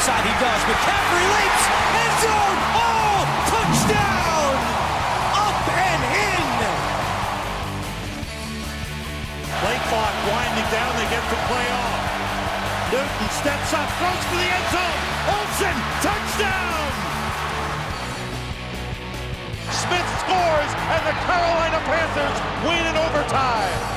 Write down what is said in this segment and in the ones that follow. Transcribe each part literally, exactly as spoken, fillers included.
outside he does. McCaffrey leaps. End zone. Oh, touchdown. Up and in. Play clock winding down. They get the play off. Newton steps up, throws for the end zone. Olsen, touchdown. Smith scores, and the Carolina Panthers win in overtime.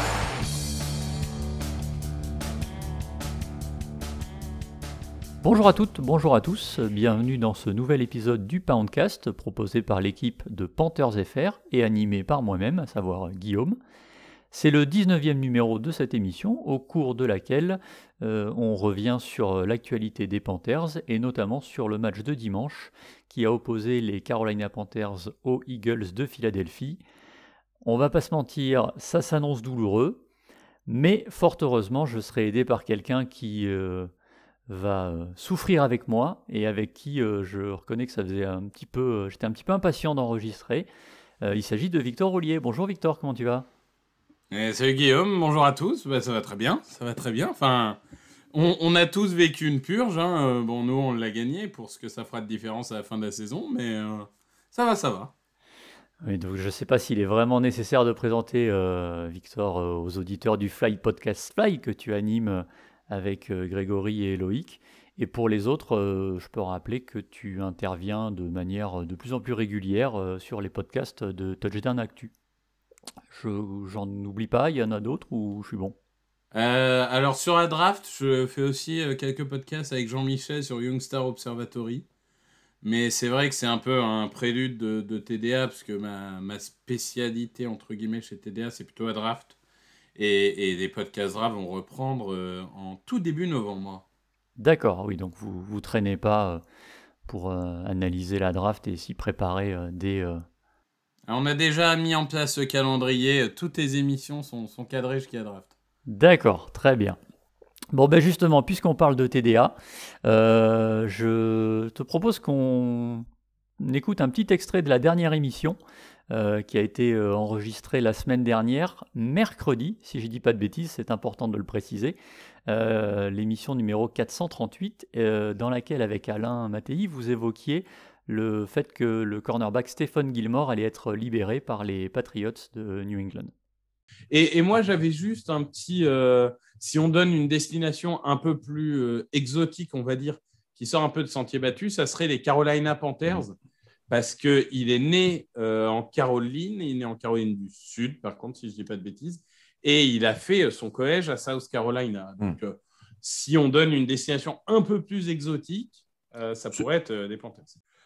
Bonjour à toutes, bonjour à tous, bienvenue dans ce nouvel épisode du Poundcast proposé par l'équipe de Panthers F R et animé par moi-même, à savoir Guillaume. C'est le dix-neuvième numéro de cette émission, au cours de laquelle euh, on revient sur l'actualité des Panthers et notamment sur le match de dimanche qui a opposé les Carolina Panthers aux Eagles de Philadelphie. On va pas se mentir, ça s'annonce douloureux, mais fort heureusement, je serai aidé par quelqu'un qui... Euh, va euh, souffrir avec moi et avec qui euh, je reconnais que ça faisait un petit peu, euh, j'étais un petit peu impatient d'enregistrer. Euh, il s'agit de Victor Roulier. Bonjour Victor, comment tu vas ? Eh, salut Guillaume, bonjour à tous. Bah, ça va très bien, ça va très bien. Enfin, on, on a tous vécu une purge. Hein. Euh, bon, nous on l'a gagné pour ce que ça fera de différence à la fin de la saison, mais euh, ça va, ça va. Oui, donc je ne sais pas s'il est vraiment nécessaire de présenter euh, Victor euh, aux auditeurs du Fly Podcast Fly que tu animes. Euh, avec euh, Grégory et Loïc. Et pour les autres, euh, je peux rappeler que tu interviens de manière de plus en plus régulière euh, sur les podcasts de Touchdown Actu. Je, j'en oublie pas, il y en a d'autres ou je suis bon ? Euh, alors sur la draft, je fais aussi euh, quelques podcasts avec Jean-Michel sur Youngstar Observatory. Mais c'est vrai que c'est un peu un prélude de, de T D A, parce que ma, ma spécialité, entre guillemets, chez T D A, c'est plutôt la draft. Et, et les podcasts draft vont reprendre euh, en tout début novembre. D'accord, oui, donc vous ne traînez pas euh, pour euh, analyser la draft et s'y préparer euh, dès... Euh... Alors, on a déjà mis en place ce calendrier, toutes les émissions sont, sont cadrées jusqu'à la draft. D'accord, très bien. Bon, ben justement, puisqu'on parle de T D A, euh, je te propose qu'on écoute un petit extrait de la dernière émission Euh, qui a été euh, enregistré la semaine dernière, mercredi, si je ne dis pas de bêtises, c'est important de le préciser, euh, l'émission numéro quatre cent trente-huit, euh, dans laquelle, avec Alain Mattei, vous évoquiez le fait que le cornerback Stephon Gilmore allait être libéré par les Patriots de New England. Et, et moi, j'avais juste un petit... Euh, si on donne une destination un peu plus euh, exotique, on va dire, qui sort un peu de sentier battu, ça serait les Carolina Panthers. Mmh. Parce qu'il est né euh, en Caroline, il est né en Caroline du Sud, par contre, si je ne dis pas de bêtises, et il a fait son collège à South Carolina. Donc, mmh. euh, si on donne une destination un peu plus exotique, euh, ça pourrait être euh, des Panthers.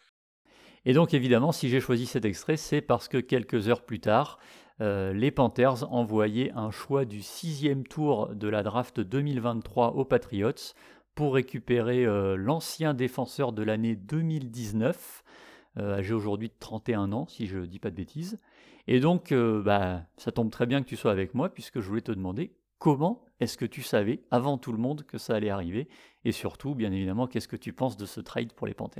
Et donc, évidemment, si j'ai choisi cet extrait, c'est parce que quelques heures plus tard, euh, les Panthers envoyaient un choix du sixième tour de la draft deux mille vingt-trois aux Patriots pour récupérer euh, l'ancien défenseur de l'année deux mille dix-neuf, Euh, âgé aujourd'hui de trente et un ans, si je ne dis pas de bêtises. Et donc, euh, bah, ça tombe très bien que tu sois avec moi, puisque je voulais te demander comment est-ce que tu savais, avant tout le monde, que ça allait arriver, et surtout, bien évidemment, qu'est-ce que tu penses de ce trade pour les Panthers ?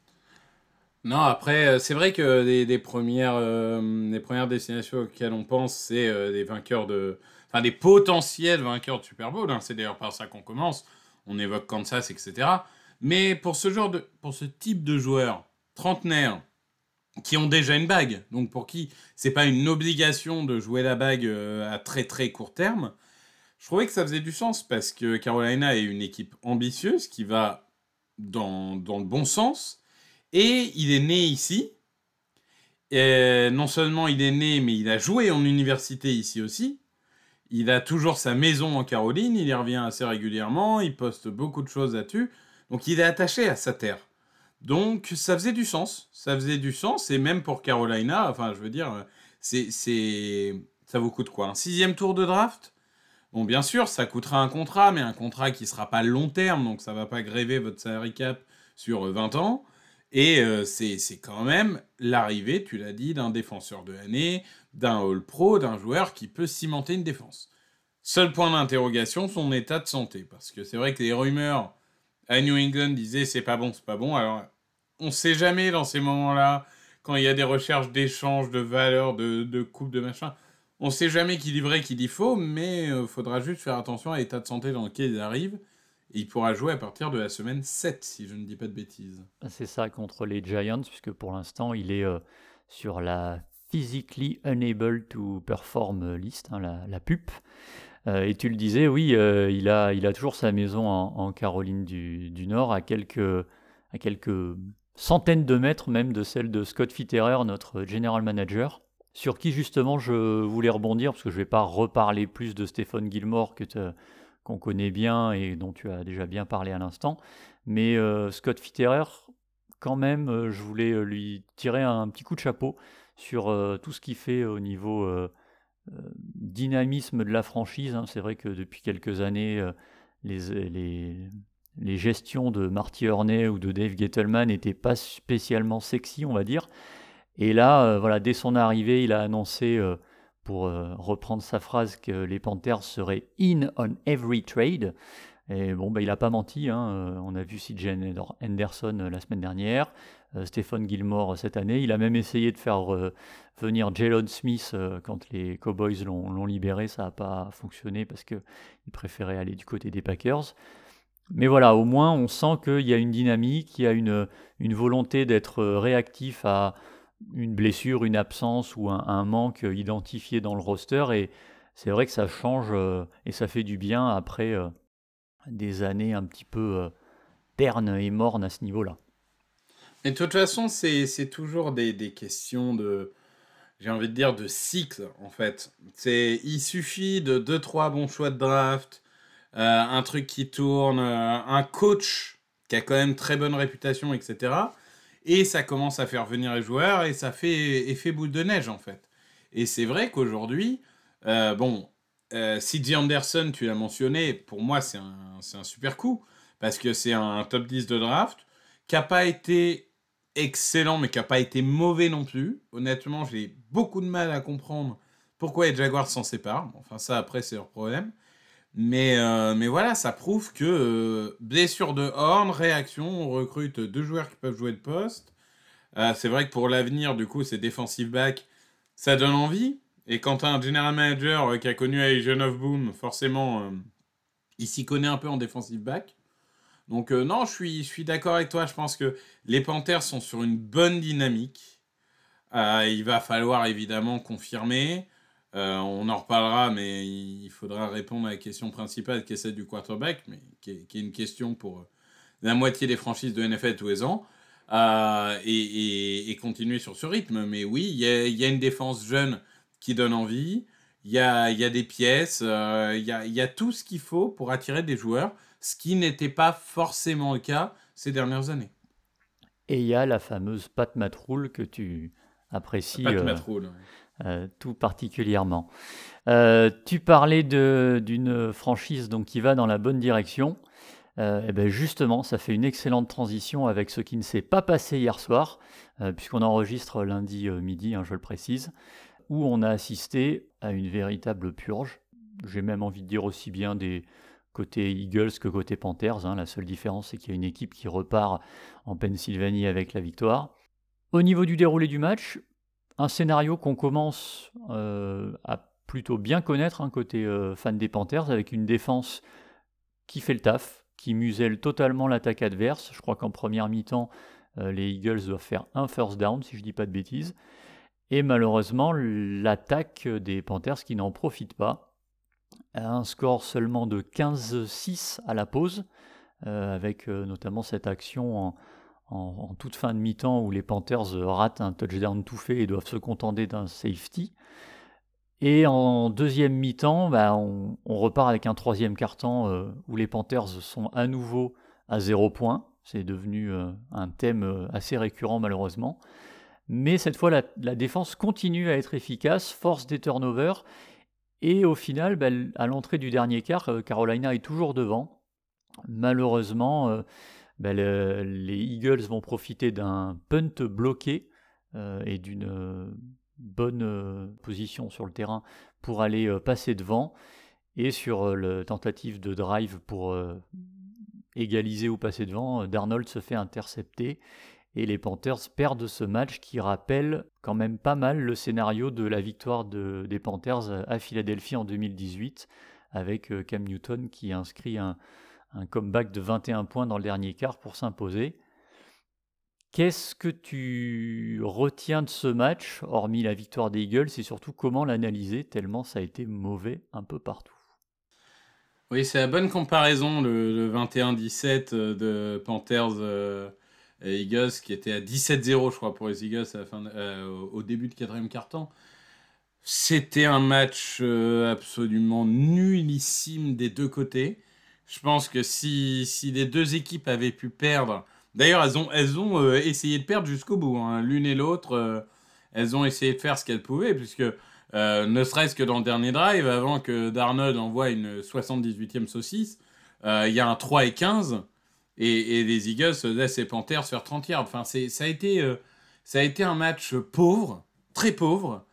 Non, après, c'est vrai que des, des, premières, euh, des premières destinations auxquelles on pense, c'est euh, des vainqueurs de... Enfin, des potentiels vainqueurs de Super Bowl, hein. C'est d'ailleurs par ça qu'on commence. On évoque Kansas, et cetera. Mais pour ce genre de... pour ce type de joueurs, trentenaires qui ont déjà une bague, donc pour qui c'est pas une obligation de jouer la bague à très très court terme, je trouvais que ça faisait du sens parce que Carolina est une équipe ambitieuse qui va dans, dans le bon sens et il est né ici. Et non seulement il est né, mais il a joué en université ici aussi. Il a toujours sa maison en Caroline, il y revient assez régulièrement, il poste beaucoup de choses là-dessus, donc il est attaché à sa terre. Donc, ça faisait du sens. Ça faisait du sens. Et même pour Carolina, enfin, je veux dire, c'est, c'est... ça vous coûte quoi ? Un sixième tour de draft ? Bon, bien sûr, ça coûtera un contrat, mais un contrat qui ne sera pas long terme, donc ça ne va pas gréver votre salary cap sur vingt ans. Et euh, c'est, c'est quand même l'arrivée, tu l'as dit, d'un défenseur de l'année, d'un All-Pro, d'un joueur qui peut cimenter une défense. Seul point d'interrogation, son état de santé. Parce que c'est vrai que les rumeurs à New England disaient c'est pas bon, c'est pas bon. Alors, on sait jamais dans ces moments-là, quand il y a des recherches d'échange, de valeur, de, de coupe, de machin, on sait jamais qui dit vrai, qui dit faux, mais il euh, faudra juste faire attention à l'état de santé dans lequel ils arrivent. Et il pourra jouer à partir de la semaine sept, si je ne dis pas de bêtises. C'est ça, contre les Giants, puisque pour l'instant, il est euh, sur la Physically Unable to Perform list, hein, la, la P U P. Euh, et tu le disais, oui, euh, il, a, il a toujours sa maison en, en Caroline du, du Nord, à quelques, à quelques centaines de mètres même de celle de Scott Fitterer, notre general manager, sur qui justement je voulais rebondir, parce que je ne vais pas reparler plus de Stephon Gilmore que te, qu'on connaît bien et dont tu as déjà bien parlé à l'instant. Mais euh, Scott Fitterer, quand même, euh, je voulais euh, lui tirer un petit coup de chapeau sur euh, tout ce qu'il fait au niveau euh, euh, dynamisme de la franchise. Hein. C'est vrai que depuis quelques années, euh, les, les, les gestions de Marty Hurney ou de Dave Gettleman n'étaient pas spécialement sexy, on va dire. Et là, euh, voilà, dès son arrivée, il a annoncé, euh, pour euh, reprendre sa phrase, que les Panthers seraient « in on every trade ». Et bon, bah, il n'a pas menti, hein. euh, on a vu C J Henderson euh, la semaine dernière, euh, Stephon Gilmore euh, cette année. Il a même essayé de faire euh, venir Jalen Smith euh, quand les Cowboys l'ont, l'ont libéré. Ça n'a pas fonctionné parce qu'il préférait aller du côté des Packers. Mais voilà, au moins on sent qu'il y a une dynamique, il y a une, une volonté d'être réactif à une blessure, une absence ou un, un manque identifié dans le roster. Et c'est vrai que ça change euh, et ça fait du bien après euh, des années un petit peu euh, ternes et mornes à ce niveau-là. Mais de toute façon, c'est, c'est toujours des, des questions de, j'ai envie de dire, de cycle, en fait. C'est, il suffit de deux trois bons choix de draft, euh, un truc qui tourne, euh, un coach qui a quand même très bonne réputation, et cetera. Et ça commence à faire venir les joueurs et ça fait effet boule de neige, en fait. Et c'est vrai qu'aujourd'hui, euh, bon, euh, C J Anderson, tu l'as mentionné, pour moi, c'est un, c'est un super coup. Parce que c'est un top dix de draft qui n'a pas été excellent, mais qui n'a pas été mauvais non plus. Honnêtement, j'ai beaucoup de mal à comprendre pourquoi les Jaguars s'en séparent. Enfin, ça, après, c'est leur problème. Mais, euh, mais voilà, ça prouve que euh, blessure de Horn, réaction, on recrute deux joueurs qui peuvent jouer de poste. Euh, c'est vrai que pour l'avenir, du coup, c'est defensive back, ça donne envie. Et quand tu as un general manager euh, qui a connu Legion of Boom, forcément, euh, il s'y connaît un peu en defensive back. Donc euh, non, je suis, je suis d'accord avec toi. Je pense que les Panthers sont sur une bonne dynamique. Euh, il va falloir évidemment confirmer. Euh, on en reparlera, mais il faudra répondre à la question principale qui est celle du quarterback, mais qui est, qui est une question pour la moitié des franchises de N F L tous les ans. Euh, et, et, et continuer sur ce rythme. Mais oui, il y a, y a une défense jeune qui donne envie. Il y a, y a des pièces. Euh, il y a, y a tout ce qu'il faut pour attirer des joueurs, ce qui n'était pas forcément le cas ces dernières années. Et il y a la fameuse Pat Matroul que tu apprécies Pat euh, Matroul, ouais. euh, tout particulièrement. Euh, tu parlais de, d'une franchise donc, qui va dans la bonne direction. Euh, et ben justement, ça fait une excellente transition avec ce qui ne s'est pas passé hier soir, euh, puisqu'on enregistre lundi euh, midi, hein, je le précise, où on a assisté à une véritable purge. J'ai même envie de dire aussi bien des côté Eagles que côté Panthers. Hein. La seule différence, c'est qu'il y a une équipe qui repart en Pennsylvanie avec la victoire. Au niveau du déroulé du match, un scénario qu'on commence euh, à plutôt bien connaître, hein, côté euh, fan des Panthers, avec une défense qui fait le taf, qui muselle totalement l'attaque adverse. Je crois qu'en première mi-temps, euh, les Eagles doivent faire un first down, si je ne dis pas de bêtises. Et malheureusement, l'attaque des Panthers qui n'en profite pas. Un score seulement de quinze six à la pause, euh, avec euh, notamment cette action en, en, en toute fin de mi-temps où les Panthers ratent un touchdown tout fait et doivent se contenter d'un safety. Et en deuxième mi-temps, bah, on, on repart avec un troisième quart-temps euh, où les Panthers sont à nouveau à zéro point. C'est devenu euh, un thème euh, assez récurrent malheureusement. Mais cette fois, la, la défense continue à être efficace, force des turnovers. Et au final, bah, à l'entrée du dernier quart, euh, Carolina est toujours devant. Malheureusement, euh, bah, le, les Eagles vont profiter d'un punt bloqué euh, et d'une euh, bonne euh, position sur le terrain pour aller euh, passer devant. Et sur euh, la tentative de drive pour euh, égaliser ou passer devant, euh, Darnold se fait intercepter. Et les Panthers perdent ce match qui rappelle quand même pas mal le scénario de la victoire de, des Panthers à Philadelphie en deux mille dix-huit, avec Cam Newton qui inscrit un, un comeback de vingt et un points dans le dernier quart pour s'imposer. Qu'est-ce que tu retiens de ce match, hormis la victoire des Eagles, et surtout comment l'analyser, tellement ça a été mauvais un peu partout? Oui, c'est la bonne comparaison, le, le vingt et un dix-sept de Panthers euh, et Eagles, qui était à dix-sept zéro, je crois, pour les Eagles à la fin de- euh, au, au début du quatrième quart-temps. C'était un match euh, absolument nullissime des deux côtés. Je pense que si, si les deux équipes avaient pu perdre... D'ailleurs, elles ont, elles ont euh, essayé de perdre jusqu'au bout, hein. L'une et l'autre, euh, elles ont essayé de faire ce qu'elles pouvaient, puisque euh, ne serait-ce que dans le dernier drive, avant que Darnold envoie une soixante-dix-huitième saucisse, euh, il y a un trois et quinze, et, et les Eagles laissent les Panthers faire trente yards. Enfin, c'est, ça, a été, euh, ça a été un match pauvre, très pauvre.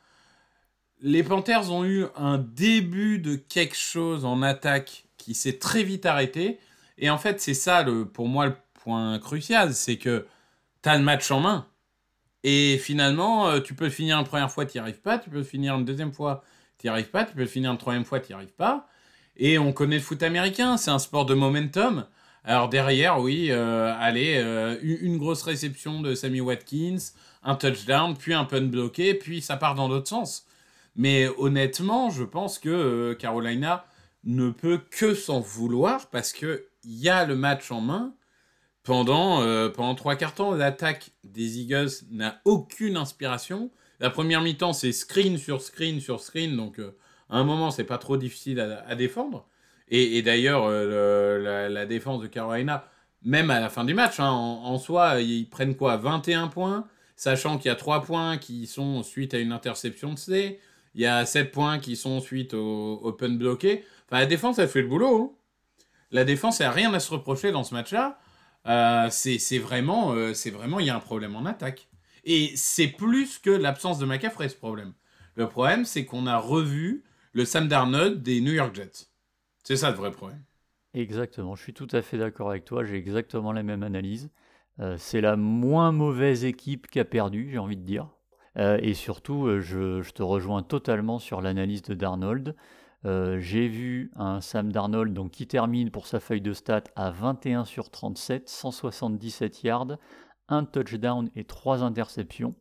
Les Panthers ont eu un début de quelque chose en attaque qui s'est très vite arrêté. Et en fait, c'est ça, le, pour moi, le point crucial. C'est que tu as le match en main. Et finalement, euh, tu peux le finir une première fois, tu n'y arrives pas. Tu peux le finir une deuxième fois, tu n'y arrives pas. Tu peux le finir une troisième fois, tu n'y arrives pas. Et on connaît le foot américain. C'est un sport de momentum. Alors derrière, oui, euh, allez, euh, une grosse réception de Sammy Watkins, un touchdown, puis un punt bloqué, puis ça part dans l'autre sens. Mais honnêtement, je pense que euh, Carolina ne peut que s'en vouloir parce qu'il y a le match en main. Pendant, euh, pendant trois quarts temps, l'attaque des Eagles n'a aucune inspiration. La première mi-temps, c'est screen sur screen sur screen. Donc, euh, à un moment, c'est pas trop difficile à, à défendre. Et, et d'ailleurs, euh, le, la, la défense de Carolina, même à la fin du match, hein, en, en soi, ils prennent quoi, vingt et un points, sachant qu'il y a trois points qui sont suite à une interception de C. Il y a sept points qui sont suite au open bloqué. Enfin, la défense, elle fait le boulot. Hein. La défense, elle n'a rien à se reprocher dans ce match-là. Euh, c'est, c'est vraiment, euh, c'est vraiment, il y a un problème en attaque. Et c'est plus que l'absence de McCaffrey, ce problème. Le problème, c'est qu'on a revu le Sam Darnold des New York Jets. C'est ça le vrai problème. Exactement, je suis tout à fait d'accord avec toi, j'ai exactement la même analyse. Euh, c'est la moins mauvaise équipe qui a perdu, j'ai envie de dire. Euh, et surtout, euh, je, je te rejoins totalement sur l'analyse de Darnold. Euh, j'ai vu un Sam Darnold donc, qui termine pour sa feuille de stats à vingt et un sur trente-sept, cent soixante-dix-sept yards, un touchdown et trois interceptions.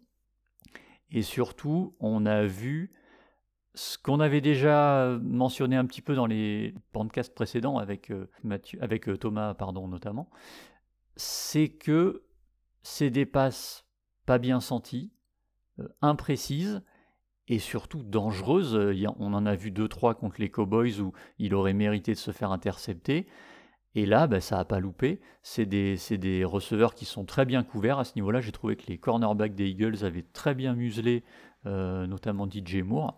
Et surtout, on a vu ce qu'on avait déjà mentionné un petit peu dans les podcasts précédents avec, euh, Mathieu, avec euh, Thomas pardon, notamment, c'est que c'est des passes pas bien senties, euh, imprécises, et surtout dangereuse. On en a vu deux trois contre les Cowboys où il aurait mérité de se faire intercepter. Et là, ben, ça n'a pas loupé. C'est des, c'est des receveurs qui sont très bien couverts. À ce niveau-là, j'ai trouvé que les cornerbacks des Eagles avaient très bien muselé, euh, notamment D J Moore.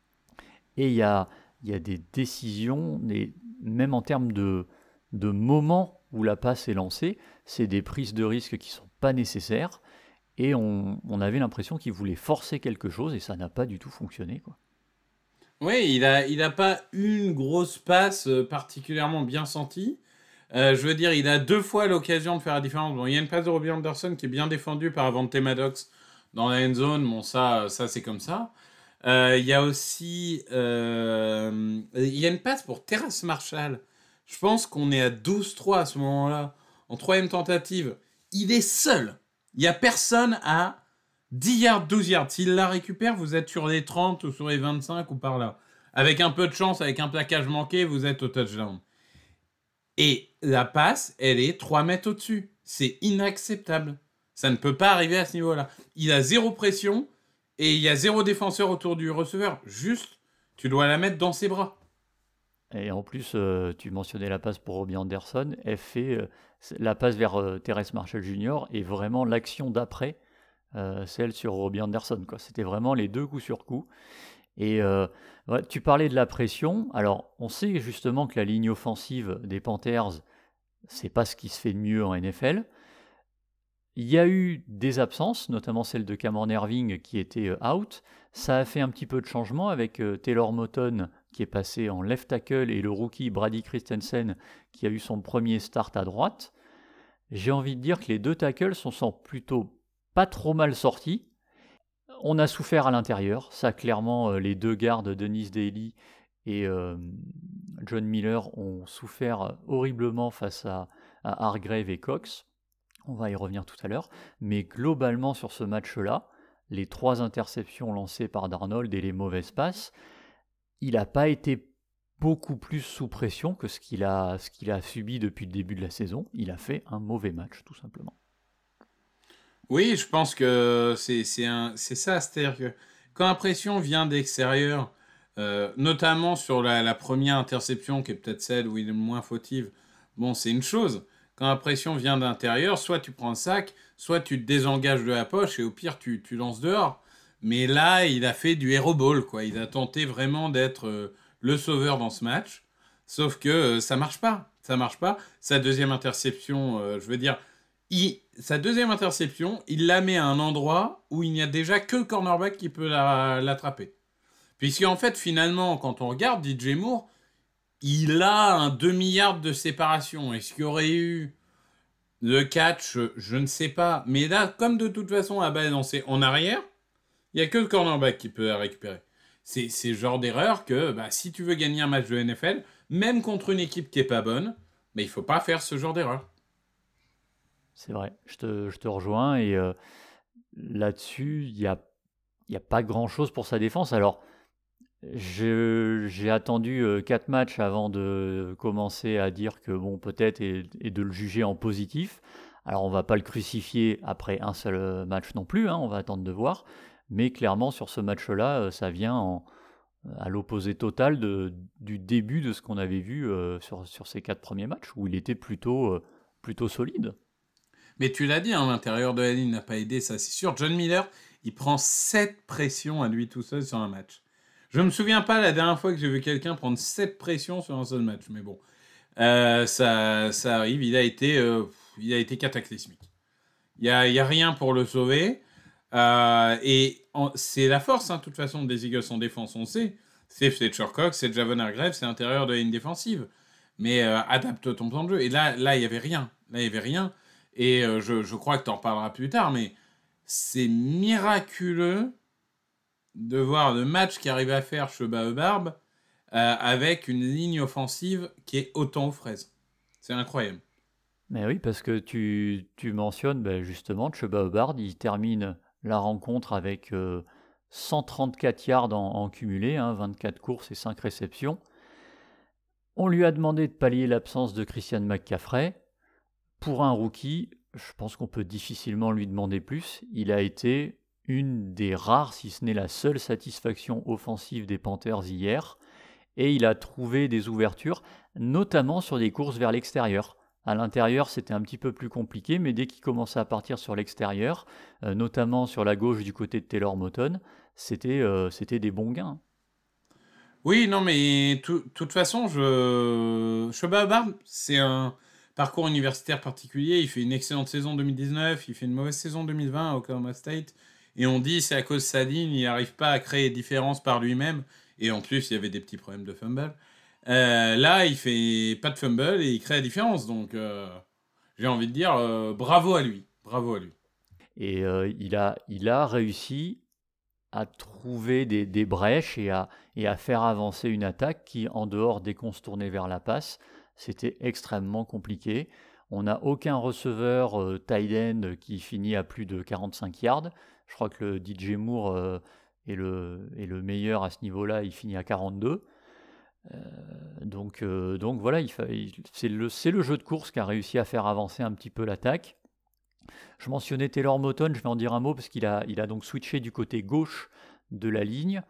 Et il y a, y a des décisions, des, même en termes de, de moments où la passe est lancée, c'est des prises de risque qui ne sont pas nécessaires. Et on, on avait l'impression qu'il voulait forcer quelque chose et ça n'a pas du tout fonctionné, quoi. Oui, il n'a il a pas une grosse passe particulièrement bien sentie. Euh, je veux dire, il a deux fois l'occasion de faire la différence. Bon, il y a une passe de Robbie Anderson qui est bien défendue par Avante Maddox dans la end zone. Bon, ça, ça c'est comme ça. Euh, il y a aussi... Euh, il y a une passe pour Terrace Marshall. Je pense qu'on est à douze trois à ce moment-là. En troisième tentative. Il est seul. Il n'y a personne à dix yards, douze yards. S'il la récupère, vous êtes sur les trente ou sur les vingt-cinq ou par là. Avec un peu de chance, avec un plaquage manqué, vous êtes au touchdown. Et la passe, elle est trois mètres au-dessus. C'est inacceptable. Ça ne peut pas arriver à ce niveau-là. Il a zéro pression et il y a zéro défenseur autour du receveur. Juste, tu dois la mettre dans ses bras. Et en plus, euh, tu mentionnais la passe pour Robbie Anderson. Elle fait euh, la passe vers euh, Terrace Marshall junior et vraiment l'action d'après, euh, celle sur Robbie Anderson, quoi. C'était vraiment les deux coup sur coup. Et euh, ouais, tu parlais de la pression. Alors, on sait justement que la ligne offensive des Panthers, c'est pas ce qui se fait de mieux en N F L. Il y a eu des absences, notamment celle de Cameron Erving qui était out. Ça a fait un petit peu de changement avec euh, Taylor Moton qui est passé en left tackle et le rookie Brady Christensen qui a eu son premier start à droite. J'ai envie de dire que les deux tackles sont, sont plutôt pas trop mal sortis. On a souffert à l'intérieur. Ça, clairement, euh, les deux gardes, Dennis Daly et euh, John Miller ont souffert horriblement face à, à Hargrave et Cox. On va y revenir tout à l'heure. Mais globalement, sur ce match-là, les trois interceptions lancées par Darnold et les mauvaises passes, il n'a pas été beaucoup plus sous pression que ce qu'il a, ce qu'il a subi depuis le début de la saison. Il a fait un mauvais match, tout simplement. Oui, je pense que c'est, c'est, un, c'est ça. C'est-à-dire que quand la pression vient d'extérieur, euh, notamment sur la, la première interception, qui est peut-être celle où il est le moins fautif, bon, c'est une chose. Quand la pression vient d'intérieur, soit tu prends un sac, soit tu te désengages de la poche et au pire, tu, tu lances dehors. Mais là, il a fait du hero ball, quoi. Il a tenté vraiment d'être euh, le sauveur dans ce match. Sauf que euh, ça marche pas. Ça marche pas. Sa deuxième interception, euh, je veux dire, il, sa deuxième interception, il la met à un endroit où il n'y a déjà que le cornerback qui peut la, l'attraper. Puisqu'en fait, finalement, quand on regarde D J Moore, il a un demi-yard de séparation. Est-ce qu'il y aurait eu le catch? Je ne sais pas. Mais là, comme de toute façon, la balle est lancée en arrière, il n'y a que le cornerback qui peut la récupérer. C'est, c'est le genre d'erreur que bah, si tu veux gagner un match de N F L, même contre une équipe qui n'est pas bonne, mais il ne faut pas faire ce genre d'erreur. C'est vrai, je te, je te rejoins. Et euh, là-dessus, il n'y a, y a pas grand-chose pour sa défense. Alors, je, j'ai attendu euh, quatre matchs avant de commencer à dire que bon, peut-être, et, et de le juger en positif. Alors, on ne va pas le crucifier après un seul match non plus, hein, on va attendre de voir. Mais clairement, sur ce match-là, ça vient en, à l'opposé total de, du début de ce qu'on avait vu euh, sur, sur ces quatre premiers matchs, où il était plutôt, euh, plutôt solide. Mais tu l'as dit, hein, l'intérieur de la ligne n'a pas aidé, ça c'est sûr. John Miller, il prend sept pressions à lui tout seul sur un match. Je ne me souviens pas la dernière fois que j'ai vu quelqu'un prendre sept pressions sur un seul match, mais bon, euh, ça, ça arrive. Il a été, euh, il a été cataclysmique. Il n'y a, il y a rien pour le sauver. Euh, et en, c'est la force, hein, de toute façon, des Eagles en défense, on sait. C'est Fletcher Cox, c'est Javon Hargrave, c'est l'intérieur de la ligne défensive. Mais euh, adapte ton plan de jeu. Et là, là, il n'y avait rien. Là, il n'y avait rien. Et euh, je, je crois que tu en parleras plus tard, mais c'est miraculeux de voir le match qu'arrive à faire Cheba Hubbard euh, avec une ligne offensive qui est autant aux fraises. C'est incroyable. Mais oui, parce que tu, tu mentionnes ben justement Cheba Hubbard, il termine la rencontre avec euh, cent trente-quatre yards en, en cumulé, hein, vingt-quatre courses et cinq réceptions. On lui a demandé de pallier l'absence de Christian McCaffrey. Pour un rookie, je pense qu'on peut difficilement lui demander plus. Il a été une des rares, si ce n'est la seule satisfaction offensive des Panthers hier. Et il a trouvé des ouvertures, notamment sur des courses vers l'extérieur. À l'intérieur, c'était un petit peu plus compliqué, mais dès qu'il commençait à partir sur l'extérieur, euh, notamment sur la gauche du côté de Taylor Moton, c'était, euh, c'était des bons gains. Oui, non, mais de toute façon, je... Cheba Hubbard, c'est un parcours universitaire particulier. Il fait une excellente saison deux mille dix-neuf, il fait une mauvaise saison deux mille vingt à Oklahoma State. Et on dit c'est à cause de sa ligne, il n'arrive pas à créer des différences par lui-même. Et en plus, il y avait des petits problèmes de fumble. Euh, là, il fait pas de fumble et il crée la différence. Donc, euh, j'ai envie de dire euh, bravo à lui. Bravo à lui. Et euh, il, a, il a réussi à trouver des, des brèches et à, et à faire avancer une attaque qui, en dehors des qu'on se tournait vers la passe, c'était extrêmement compliqué. On n'a aucun receveur euh, tight end qui finit à plus de quarante-cinq yards. Je crois que le D J Moore euh, est, le, est le meilleur à ce niveau-là, il finit à quarante-deux. Euh, donc, euh, donc voilà, il fa... il... C'est, le, c'est le jeu de course qui a réussi à faire avancer un petit peu l'attaque. Je mentionnais Taylor Moton, je vais en dire un mot parce qu'il a, il a donc switché du côté gauche de la ligne.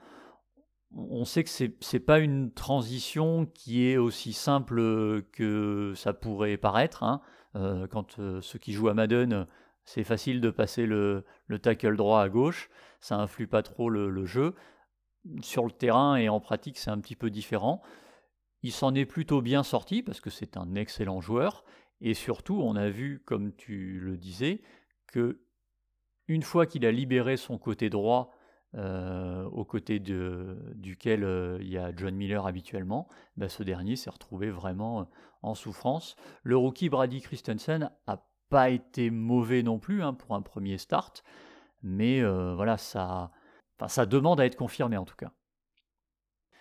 On sait que c'est, c'est pas une transition qui est aussi simple que ça pourrait paraître. Hein. Euh, quand euh, ceux qui jouent à Madden, c'est facile de passer le, le tackle droit à gauche, ça influe pas trop le, le jeu. Sur le terrain et en pratique, c'est un petit peu différent. Il s'en est plutôt bien sorti parce que c'est un excellent joueur. Et surtout, on a vu, comme tu le disais, que une fois qu'il a libéré son côté droit, euh, aux côtés de, duquel euh, il y a John Miller habituellement, bah, ce dernier s'est retrouvé vraiment euh, en souffrance. Le rookie Brady Christensen n'a pas été mauvais non plus hein, pour un premier start, mais euh, voilà, ça, ça demande à être confirmé en tout cas.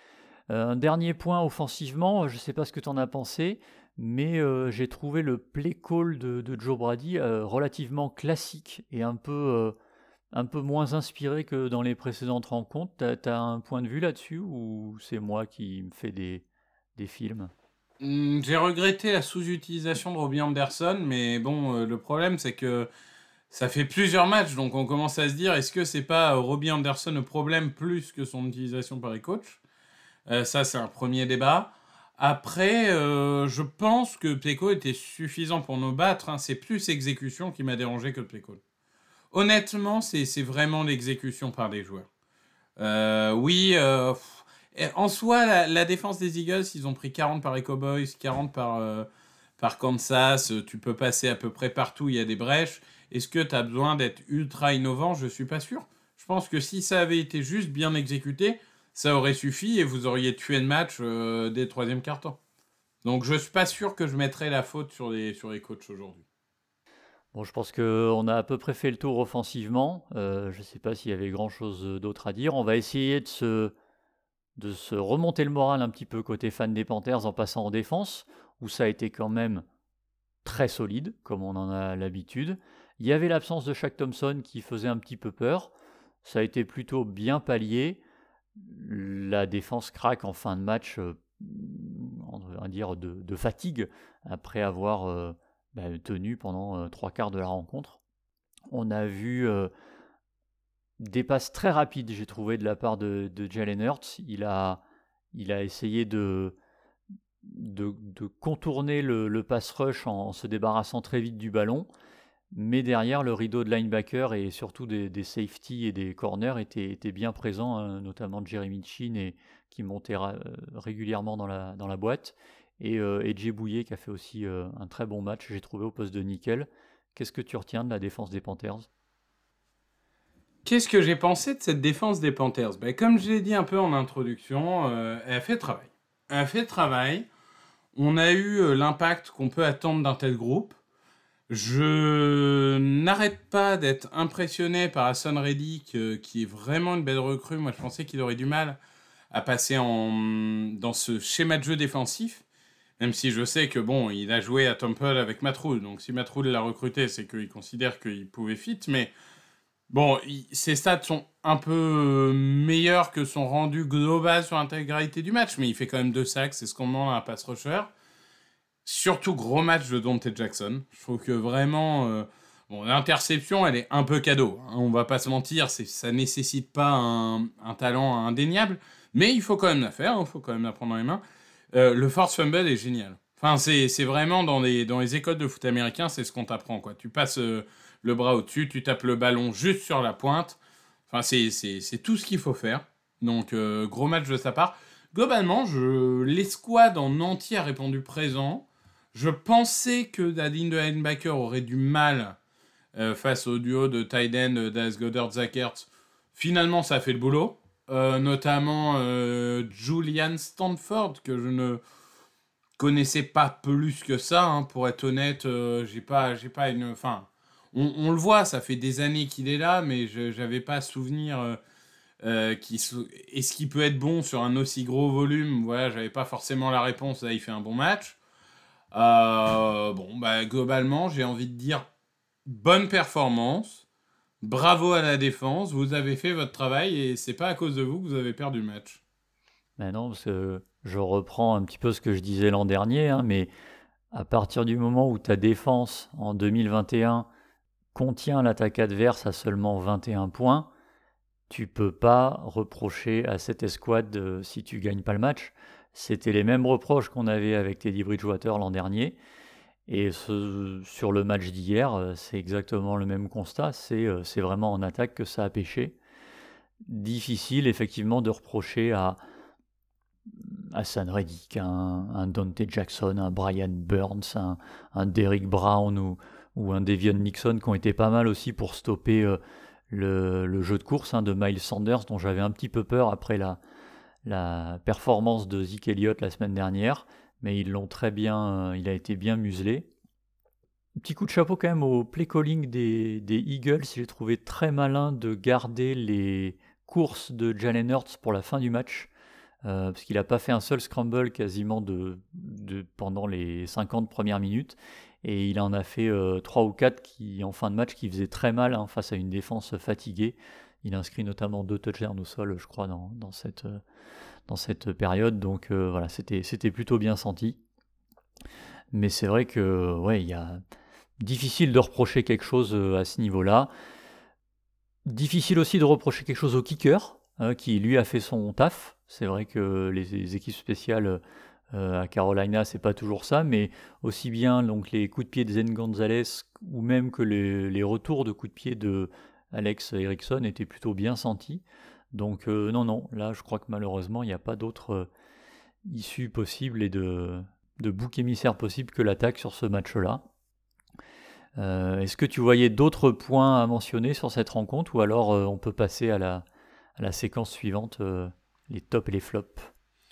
Euh, un dernier point offensivement, je ne sais pas ce que tu en as pensé, mais euh, j'ai trouvé le play call de, de Joe Brady euh, relativement classique et un peu, euh, un peu moins inspiré que dans les précédentes rencontres. Tu as un point de vue là-dessus ou c'est moi qui me fais des, des films ? Hum, J'ai regretté la sous-utilisation de Robbie Anderson, mais bon, euh, le problème c'est que ça fait plusieurs matchs, donc on commence à se dire, est-ce que c'est pas euh, Robbie Anderson le problème plus que son utilisation par les coachs ? Euh, ça, c'est un premier débat. Après, euh, je pense que play call était suffisant pour nous battre. Hein. C'est plus exécution qui m'a dérangé que le play call. Honnêtement, c'est, c'est vraiment l'exécution par des joueurs. Euh, oui, euh, pff, en soi, la, la défense des Eagles, ils ont pris quarante par les Cowboys, quarante par, euh, par Kansas. Tu peux passer à peu près partout, il y a des brèches. Est-ce que tu as besoin d'être ultra innovant ? Je ne suis pas sûr. Je pense que si ça avait été juste bien exécuté, ça aurait suffi et vous auriez tué le match euh, dès le troisième quart-temps. Donc je ne suis pas sûr que je mettrais la faute sur les, sur les coachs aujourd'hui. Bon, je pense qu'on a à peu près fait le tour offensivement. Euh, je ne sais pas s'il y avait grand-chose d'autre à dire. On va essayer de se, de se remonter le moral un petit peu côté fan des Panthers en passant en défense, où ça a été quand même très solide, comme on en a l'habitude. Il y avait l'absence de Shaq Thompson qui faisait un petit peu peur. Ça a été plutôt bien pallié. La défense craque en fin de match, euh, on va dire de, de fatigue, après avoir euh, bah, tenu pendant euh, trois quarts de la rencontre. On a vu euh, des passes très rapides, j'ai trouvé, de la part de, de Jalen Hurts. Il a, il a essayé de, de, de contourner le, le pass rush en, en se débarrassant très vite du ballon. Mais derrière, le rideau de linebacker et surtout des, des safety et des corners était, était bien présent, hein, notamment Jeremy Chin et, qui montait ra- régulièrement dans la, dans la boîte. Et, euh, et Jay Bouye qui a fait aussi euh, un très bon match, j'ai trouvé, au poste de nickel. Qu'est-ce que tu retiens de la défense des Panthers ? Qu'est-ce que j'ai pensé de cette défense des Panthers ? Ben, comme je l'ai dit un peu en introduction, euh, elle a fait le travail. Elle a fait le travail. On a eu euh, l'impact qu'on peut attendre d'un tel groupe. Je n'arrête pas d'être impressionné par Hassan Reddick, euh, qui est vraiment une belle recrue. Moi, je pensais qu'il aurait du mal à passer en, dans ce schéma de jeu défensif, même si je sais que, bon, il a joué à Temple avec Matt Rhule. Donc, si Matt Rhule l'a recruté, c'est qu'il considère qu'il pouvait fit. Mais, bon, il, ses stats sont un peu meilleurs que son rendu global sur l'intégralité du match. Mais il fait quand même deux sacs, c'est ce qu'on demande à un pass rusher. Surtout gros match de Dante Jackson. Je trouve que vraiment... Euh, bon, l'interception, elle est un peu cadeau. Hein, on va pas se mentir, c'est, ça nécessite pas un, un talent indéniable. Mais il faut quand même la faire, il hein, faut quand même la prendre dans les mains. Euh, le force fumble est génial. Enfin, c'est, c'est vraiment dans les, dans les écoles de foot américain, c'est ce qu'on t'apprend, quoi. Tu passes euh, le bras au-dessus, tu tapes le ballon juste sur la pointe. Enfin, c'est, c'est, c'est tout ce qu'il faut faire. Donc, euh, gros match de sa part. Globalement, je, l'escouade en entier a répondu présent. Je pensais que la ligne de linebacker aurait du mal euh, face au duo de tight end Dallas Goedert, Zach Ertz. Finalement, ça a fait le boulot. Euh, notamment euh, Julian Stanford, que je ne connaissais pas plus que ça. Hein, pour être honnête, euh, j'ai pas, j'ai pas une... Enfin, on, on le voit, ça fait des années qu'il est là, mais je n'avais pas souvenir... Euh, euh, qui, est-ce qu'il peut être bon sur un aussi gros volume ? Voilà, j'avais pas forcément la réponse. Là, il fait un bon match. Euh, bon, bah, globalement, j'ai envie de dire bonne performance, bravo à la défense, vous avez fait votre travail et c'est pas à cause de vous que vous avez perdu le match. Ben non, parce que je reprends un petit peu ce que je disais l'an dernier, hein, mais à partir du moment où ta défense en deux mille vingt et un contient l'attaque adverse à seulement vingt et un points, tu peux pas reprocher à cette escouade de, si tu gagnes pas le match. C'était les mêmes reproches qu'on avait avec Teddy Bridgewater l'an dernier. Et ce, sur le match d'hier, c'est exactement le même constat. C'est, c'est vraiment en attaque que ça a pêché. Difficile, effectivement, de reprocher à Hassan Reddick, un, un Dante Jackson, un Brian Burns, un, un Derrick Brown ou, ou un Devion Nixon qui ont été pas mal aussi pour stopper euh, le, le jeu de course hein, de Miles Sanders, dont j'avais un petit peu peur après la... la performance de Zeke Elliott la semaine dernière, mais ils l'ont très bien, euh, il a été bien muselé. Petit coup de chapeau quand même au play calling des, des Eagles, j'ai trouvé très malin de garder les courses de Jalen Hurts pour la fin du match. euh, parce qu'il n'a pas fait un seul scramble quasiment de, de, pendant les cinquante premières minutes, et il en a fait euh, trois ou quatre qui, en fin de match qui faisaient très mal hein, face à une défense fatiguée. Il inscrit notamment deux touchdowns au sol, je crois, dans, dans, cette, euh, dans cette période, donc euh, voilà, c'était, c'était plutôt bien senti. Mais c'est vrai que, ouais, il y a difficile de reprocher quelque chose à ce niveau-là. Difficile aussi de reprocher quelque chose au kicker, hein, qui lui a fait son taf. C'est vrai que les, les équipes spéciales euh, à Carolina, c'est pas toujours ça, mais aussi bien donc, les coups de pied de Zen Gonzalez ou même que les, les retours de coups de pied de Alex Erickson étaient plutôt bien sentis. Donc euh, non, non, là je crois que malheureusement il n'y a pas d'autre euh, issue possible et de, de bouc émissaire possible que l'attaque sur ce match-là. Euh, est-ce que tu voyais d'autres points à mentionner sur cette rencontre ou alors euh, on peut passer à la, à la séquence suivante, euh, les tops et les flops?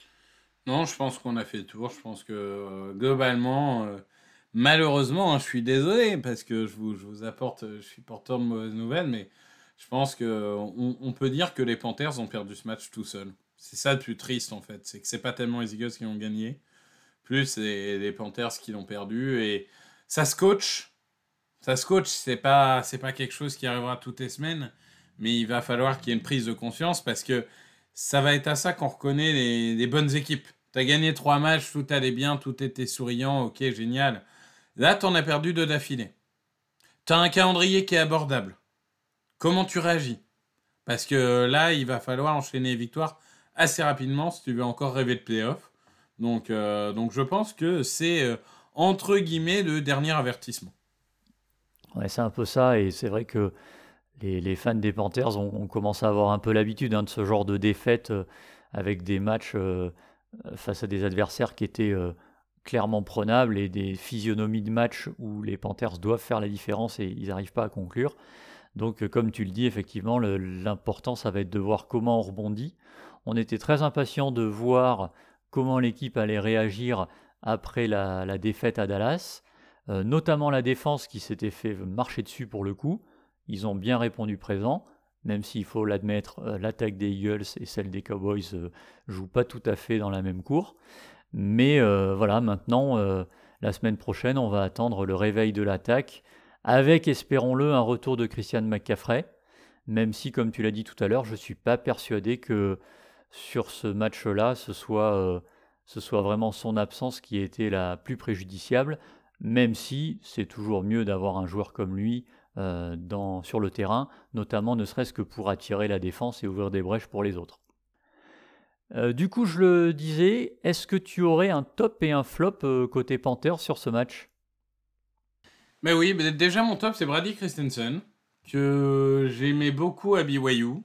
Non, je pense qu'on a fait le tour. Je pense que euh, globalement, euh, malheureusement, hein, je suis désolé parce que je vous, je vous apporte, je suis porteur de mauvaises nouvelles, mais je pense que on, on peut dire que les Panthers ont perdu ce match tout seuls. C'est ça le plus triste en fait, c'est que c'est pas tellement les Eagles qui ont gagné, plus c'est les Panthers qui l'ont perdu et ça se coach. Ça se coach, c'est pas, c'est pas quelque chose qui arrivera toutes les semaines, mais il va falloir qu'il y ait une prise de conscience parce que ça va être à ça qu'on reconnaît les, les bonnes équipes. T'as gagné trois matchs, tout allait bien, tout était souriant, ok, génial. Là, t'en as perdu deux d'affilée. T'as un calendrier qui est abordable. Comment tu réagis? Parce que là, il va falloir enchaîner les victoires assez rapidement si tu veux encore rêver de play-off. Donc, euh, donc je pense que c'est, euh, entre guillemets, le dernier avertissement. Ouais, c'est un peu ça, et c'est vrai que les, les fans des Panthers ont, ont commencé à avoir un peu l'habitude hein, de ce genre de défaite euh, avec des matchs euh, face à des adversaires qui étaient euh, clairement prenables et des physionomies de match où les Panthers doivent faire la différence et ils n'arrivent pas à conclure. Donc euh, comme tu le dis, effectivement, le, l'important ça va être de voir comment on rebondit. On était très impatients de voir comment l'équipe allait réagir après la, la défaite à Dallas. Euh, notamment la défense qui s'était fait marcher dessus pour le coup. Ils ont bien répondu présent, même s'il faut l'admettre, euh, l'attaque des Eagles et celle des Cowboys ne euh, jouent pas tout à fait dans la même cour. Mais euh, voilà, maintenant, euh, la semaine prochaine, on va attendre le réveil de l'attaque, avec, espérons-le, un retour de Christian McCaffrey, même si, comme tu l'as dit tout à l'heure, je ne suis pas persuadé que sur ce match-là, ce soit, euh, ce soit vraiment son absence qui a été la plus préjudiciable, même si c'est toujours mieux d'avoir un joueur comme lui euh, dans, sur le terrain, notamment ne serait-ce que pour attirer la défense et ouvrir des brèches pour les autres. Euh, du coup, je le disais, est-ce que tu aurais un top et un flop euh, côté Panthers sur ce match? Mais oui, mais déjà mon top c'est Brady Christensen, que j'aimais beaucoup à B Y U,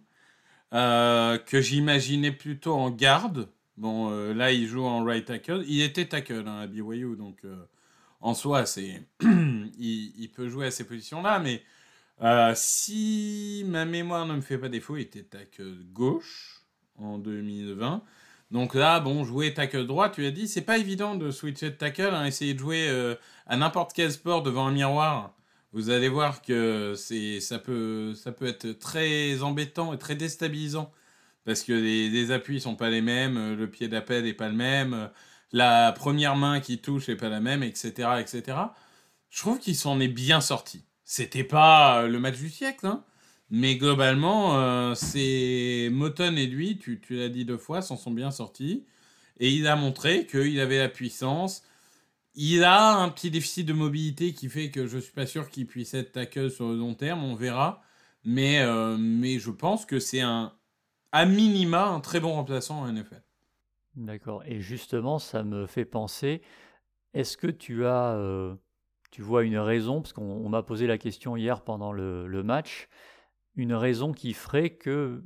euh, que j'imaginais plutôt en garde. Bon, euh, là il joue en right tackle. Il était tackle hein, à B Y U, donc... Euh, en soi, c'est il, il peut jouer à ces positions-là, mais euh, si ma mémoire ne me fait pas défaut, il était tackle gauche en deux mille vingt. Donc là, bon, jouer tackle droit, tu as dit, c'est pas évident de switcher de tackle, hein, essayer de jouer euh, à n'importe quel sport devant un miroir. Vous allez voir que c'est, ça, peut, ça peut être très embêtant et très déstabilisant, parce que les, les appuis sont pas les mêmes, le pied d'appel n'est pas le même, la première main qui touche n'est pas la même, et cetera, et cetera. Je trouve qu'il s'en est bien sorti. C'était pas le match du siècle, hein, mais globalement, euh, c'est Moton et lui, tu, tu l'as dit deux fois, s'en sont bien sortis. Et il a montré qu'il avait la puissance. Il a un petit déficit de mobilité qui fait que je suis pas sûr qu'il puisse être tackle sur le long terme, on verra. Mais, euh, mais je pense que c'est un, à minima un très bon remplaçant en N F L. D'accord. Et justement, ça me fait penser, est-ce que tu as, euh, tu vois une raison, parce qu'on on m'a posé la question hier pendant le, le match, une raison qui ferait que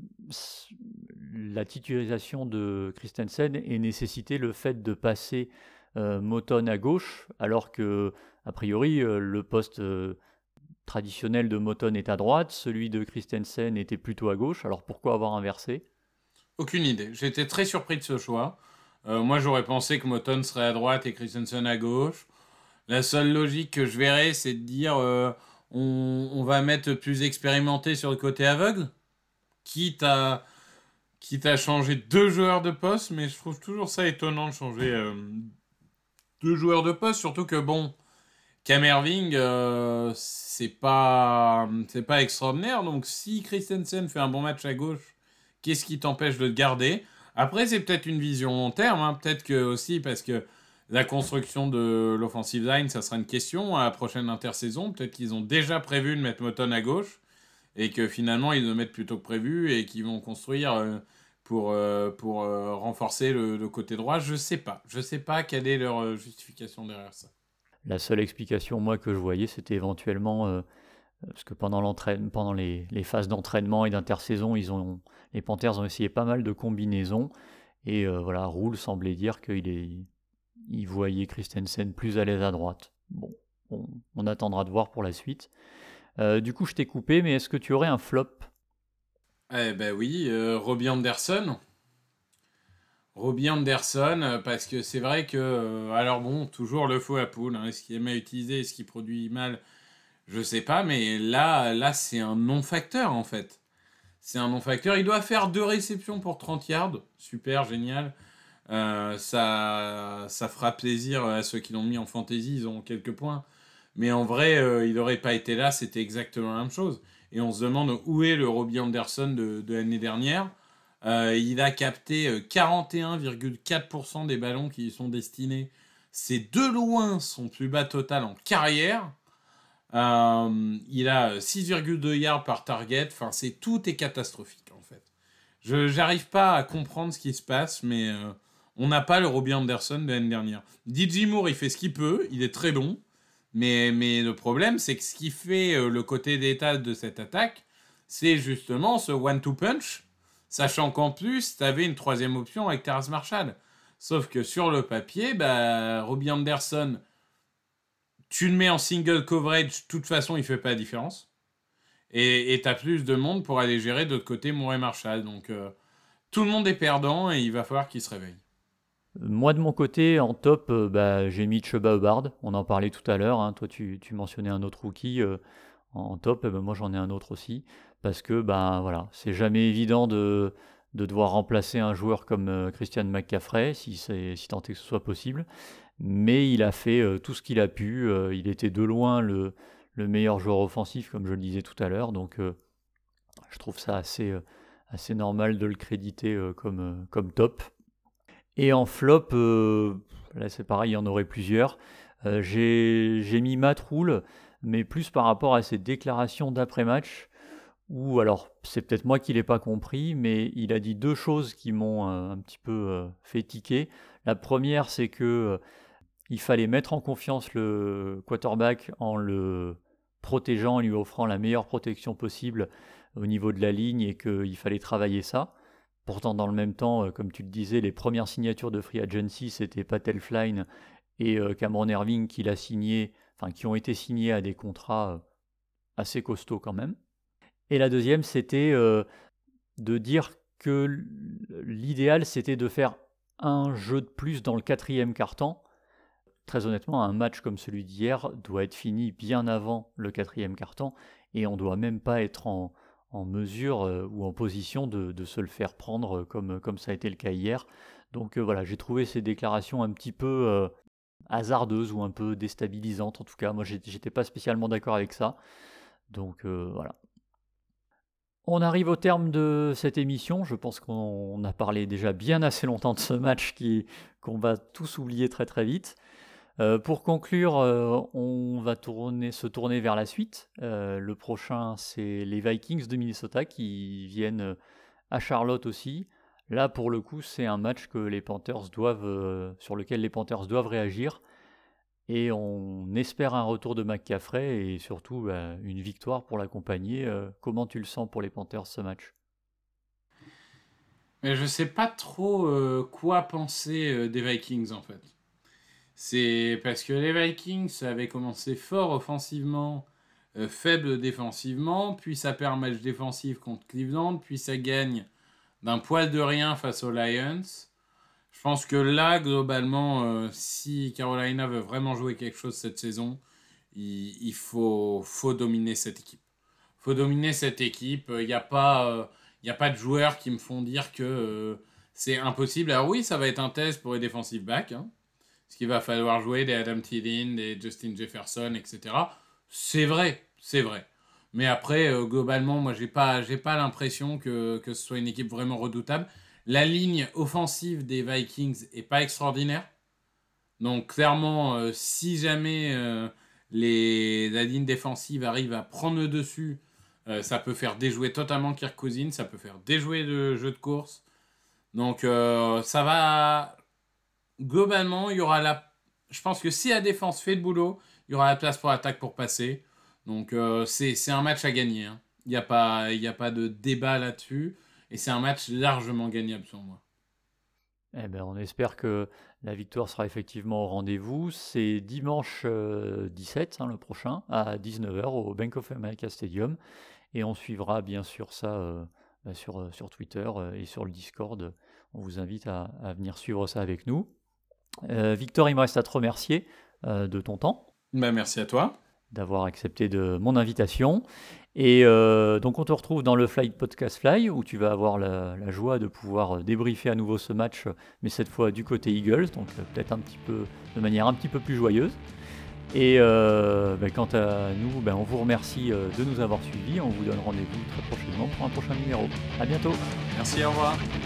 la titularisation de Christensen ait nécessité le fait de passer euh, Moton à gauche, alors que, a priori, euh, le poste euh, traditionnel de Moton est à droite, celui de Christensen était plutôt à gauche, alors pourquoi avoir inversé? Aucune idée. J'étais très surpris de ce choix. Euh, moi, j'aurais pensé que Moton serait à droite et Christensen à gauche. La seule logique que je verrais, c'est de dire euh, on, on va mettre plus expérimenté sur le côté aveugle, quitte à, quitte à changer deux joueurs de poste, mais je trouve toujours ça étonnant de changer euh, deux joueurs de poste, surtout que bon, Cam Erving, euh, c'est pas, c'est pas extraordinaire, donc si Christensen fait un bon match à gauche, qu'est-ce qui t'empêche de le garder? Après, c'est peut-être une vision long terme, hein, peut-être que aussi parce que la construction de l'offensive line, ça sera une question à la prochaine intersaison, peut-être qu'ils ont déjà prévu de mettre Moton à gauche, et que finalement ils le mettent plutôt que prévu, et qu'ils vont construire... Euh, pour, euh, pour euh, renforcer le, le côté droit. Je sais pas. Je sais pas quelle est leur euh, justification derrière ça. La seule explication, moi, que je voyais, c'était éventuellement... Euh, parce que pendant, l'entraîne, pendant les, les phases d'entraînement et d'intersaison, ils ont, les Panthers ont essayé pas mal de combinaisons. Et euh, voilà, Rule semblait dire qu'il est, il voyait Christensen plus à l'aise à droite. Bon, on, on attendra de voir pour la suite. Euh, du coup, je t'ai coupé, mais est-ce que tu aurais un flop ? Eh ben oui, euh, Robbie Anderson. Robbie Anderson, euh, parce que c'est vrai que... Euh, alors bon, toujours le faux à poule. Hein, est-ce qu'il est mal utilisé, est-ce qu'il produit mal? Je sais pas, mais là, là c'est un non-facteur en fait. C'est un non-facteur. Il doit faire deux réceptions pour trente yards. Super, génial. Euh, ça, ça fera plaisir à ceux qui l'ont mis en fantasy. Ils ont quelques points. Mais en vrai, euh, il n'aurait pas été là. C'était exactement la même chose. Et on se demande où est le Robbie Anderson de, de l'année dernière. Euh, il a capté quarante et un virgule quatre pour cent des ballons qui lui sont destinés. C'est de loin son plus bas total en carrière. Euh, il a six virgule deux yards par target. Enfin, c'est, tout est catastrophique en fait. Je n'arrive pas à comprendre ce qui se passe, mais euh, on n'a pas le Robbie Anderson de l'année dernière. D J Moore, il fait ce qu'il peut. Il est très bon. Mais, mais le problème, c'est que ce qui fait euh, le côté d'état de cette attaque, c'est justement ce one-two punch, sachant qu'en plus, tu avais une troisième option avec Terrace Marshall. Sauf que sur le papier, bah, Robbie Anderson, tu le mets en single coverage, de toute façon, il ne fait pas la différence. Et tu as plus de monde pour aller gérer de l'autre côté Moore et Marshall. Donc, euh, tout le monde est perdant et il va falloir qu'il se réveille. Moi, de mon côté, en top, euh, bah, j'ai mis Chuba Hubbard. On en parlait tout à l'heure. Hein. Toi, tu, tu mentionnais un autre rookie euh, en top. Eh ben, moi, j'en ai un autre aussi. Parce que bah, voilà, c'est jamais évident de, de devoir remplacer un joueur comme euh, Christian McCaffrey, si, c'est, si tant est que ce soit possible. Mais il a fait euh, tout ce qu'il a pu. Euh, il était de loin le, le meilleur joueur offensif, comme je le disais tout à l'heure. Donc, euh, je trouve ça assez, euh, assez normal de le créditer euh, comme, euh, comme top. Et en flop, euh, là c'est pareil, il y en aurait plusieurs. Euh, j'ai, j'ai mis Matt Rule, mais plus par rapport à ses déclarations d'après-match, où, alors, c'est peut-être moi qui ne l'ai pas compris, mais il a dit deux choses qui m'ont euh, un petit peu euh, fait tiquer. La première, c'est que euh, il fallait mettre en confiance le quarterback en le protégeant, en lui offrant la meilleure protection possible au niveau de la ligne, et qu'il fallait travailler ça. Pourtant, dans le même temps, euh, comme tu le disais, les premières signatures de Free Agency, c'était Pat Elflein et euh, Cameron Erving qui, l'a signé, enfin, qui ont été signés à des contrats euh, assez costauds quand même. Et la deuxième, c'était euh, de dire que l'idéal, c'était de faire un jeu de plus dans le quatrième quart-temps. Très honnêtement, un match comme celui d'hier doit être fini bien avant le quatrième quart-temps, et on ne doit même pas être en... en mesure euh, ou en position de, de se le faire prendre euh, comme, comme ça a été le cas hier. Donc euh, voilà, j'ai trouvé ces déclarations un petit peu euh, hasardeuses ou un peu déstabilisantes. En tout cas, moi j'étais pas spécialement d'accord avec ça. Donc euh, voilà. On arrive au terme de cette émission. Je pense qu'on a parlé déjà bien assez longtemps de ce match qui, qu'on va tous oublier très très vite. Euh, pour conclure, euh, on va tourner, se tourner vers la suite. Euh, le prochain, c'est les Vikings de Minnesota qui viennent à Charlotte aussi. Là, pour le coup, c'est un match que les Panthers doivent, euh, sur lequel les Panthers doivent réagir. Et on espère un retour de McCaffrey et surtout bah, une victoire pour l'accompagner. Euh, comment tu le sens pour les Panthers ce match ? Mais je sais pas trop euh, quoi penser euh, des Vikings en fait. C'est parce que les Vikings avaient commencé fort offensivement, euh, faible défensivement, puis ça perd un match défensif contre Cleveland, puis ça gagne d'un poil de rien face aux Lions. Je pense que là, globalement, euh, si Carolina veut vraiment jouer quelque chose cette saison, il, il faut, faut dominer cette équipe. Il faut dominer cette équipe. Il n'y a pas... Euh, n'y a pas de joueurs qui me font dire que euh, c'est impossible. Alors oui, ça va être un test pour les defensive backs, hein, parce qu'il va falloir jouer des Adam Thielen, des Justin Jefferson, et cetera. C'est vrai, c'est vrai. Mais après, euh, globalement, moi, j'ai pas, j'ai pas l'impression que, que ce soit une équipe vraiment redoutable. La ligne offensive des Vikings est pas extraordinaire. Donc, clairement, euh, si jamais euh, les, la ligne défensive arrive à prendre le dessus, euh, ça peut faire déjouer totalement Kirk Cousins, ça peut faire déjouer le jeu de course. Donc, euh, ça va... Globalement, il y aura la... Je pense que si la défense fait le boulot, il y aura la place pour l'attaque pour passer. Donc, euh, c'est, c'est un match à gagner. Hein. Il n'y a pas, il n'y a pas de débat là-dessus. Et c'est un match largement gagnable, selon moi. Eh ben, on espère que la victoire sera effectivement au rendez-vous. C'est dimanche euh, dix-sept, hein, le prochain, à dix-neuf heures au Bank of America Stadium. Et on suivra bien sûr ça euh, sur, euh, sur Twitter euh, et sur le Discord. On vous invite à, à venir suivre ça avec nous. Euh, Victor, il me reste à te remercier euh, de ton temps. Ben, merci à toi. D'avoir accepté de mon invitation. Et euh, donc on te retrouve dans le Flight Podcast Fly, où tu vas avoir la, la joie de pouvoir débriefer à nouveau ce match, mais cette fois du côté Eagles, donc euh, peut-être un petit peu, de manière un petit peu plus joyeuse. Et euh, ben, quant à nous, ben, on vous remercie euh, de nous avoir suivis. On vous donne rendez-vous très prochainement pour un prochain numéro. À bientôt. Merci, au revoir.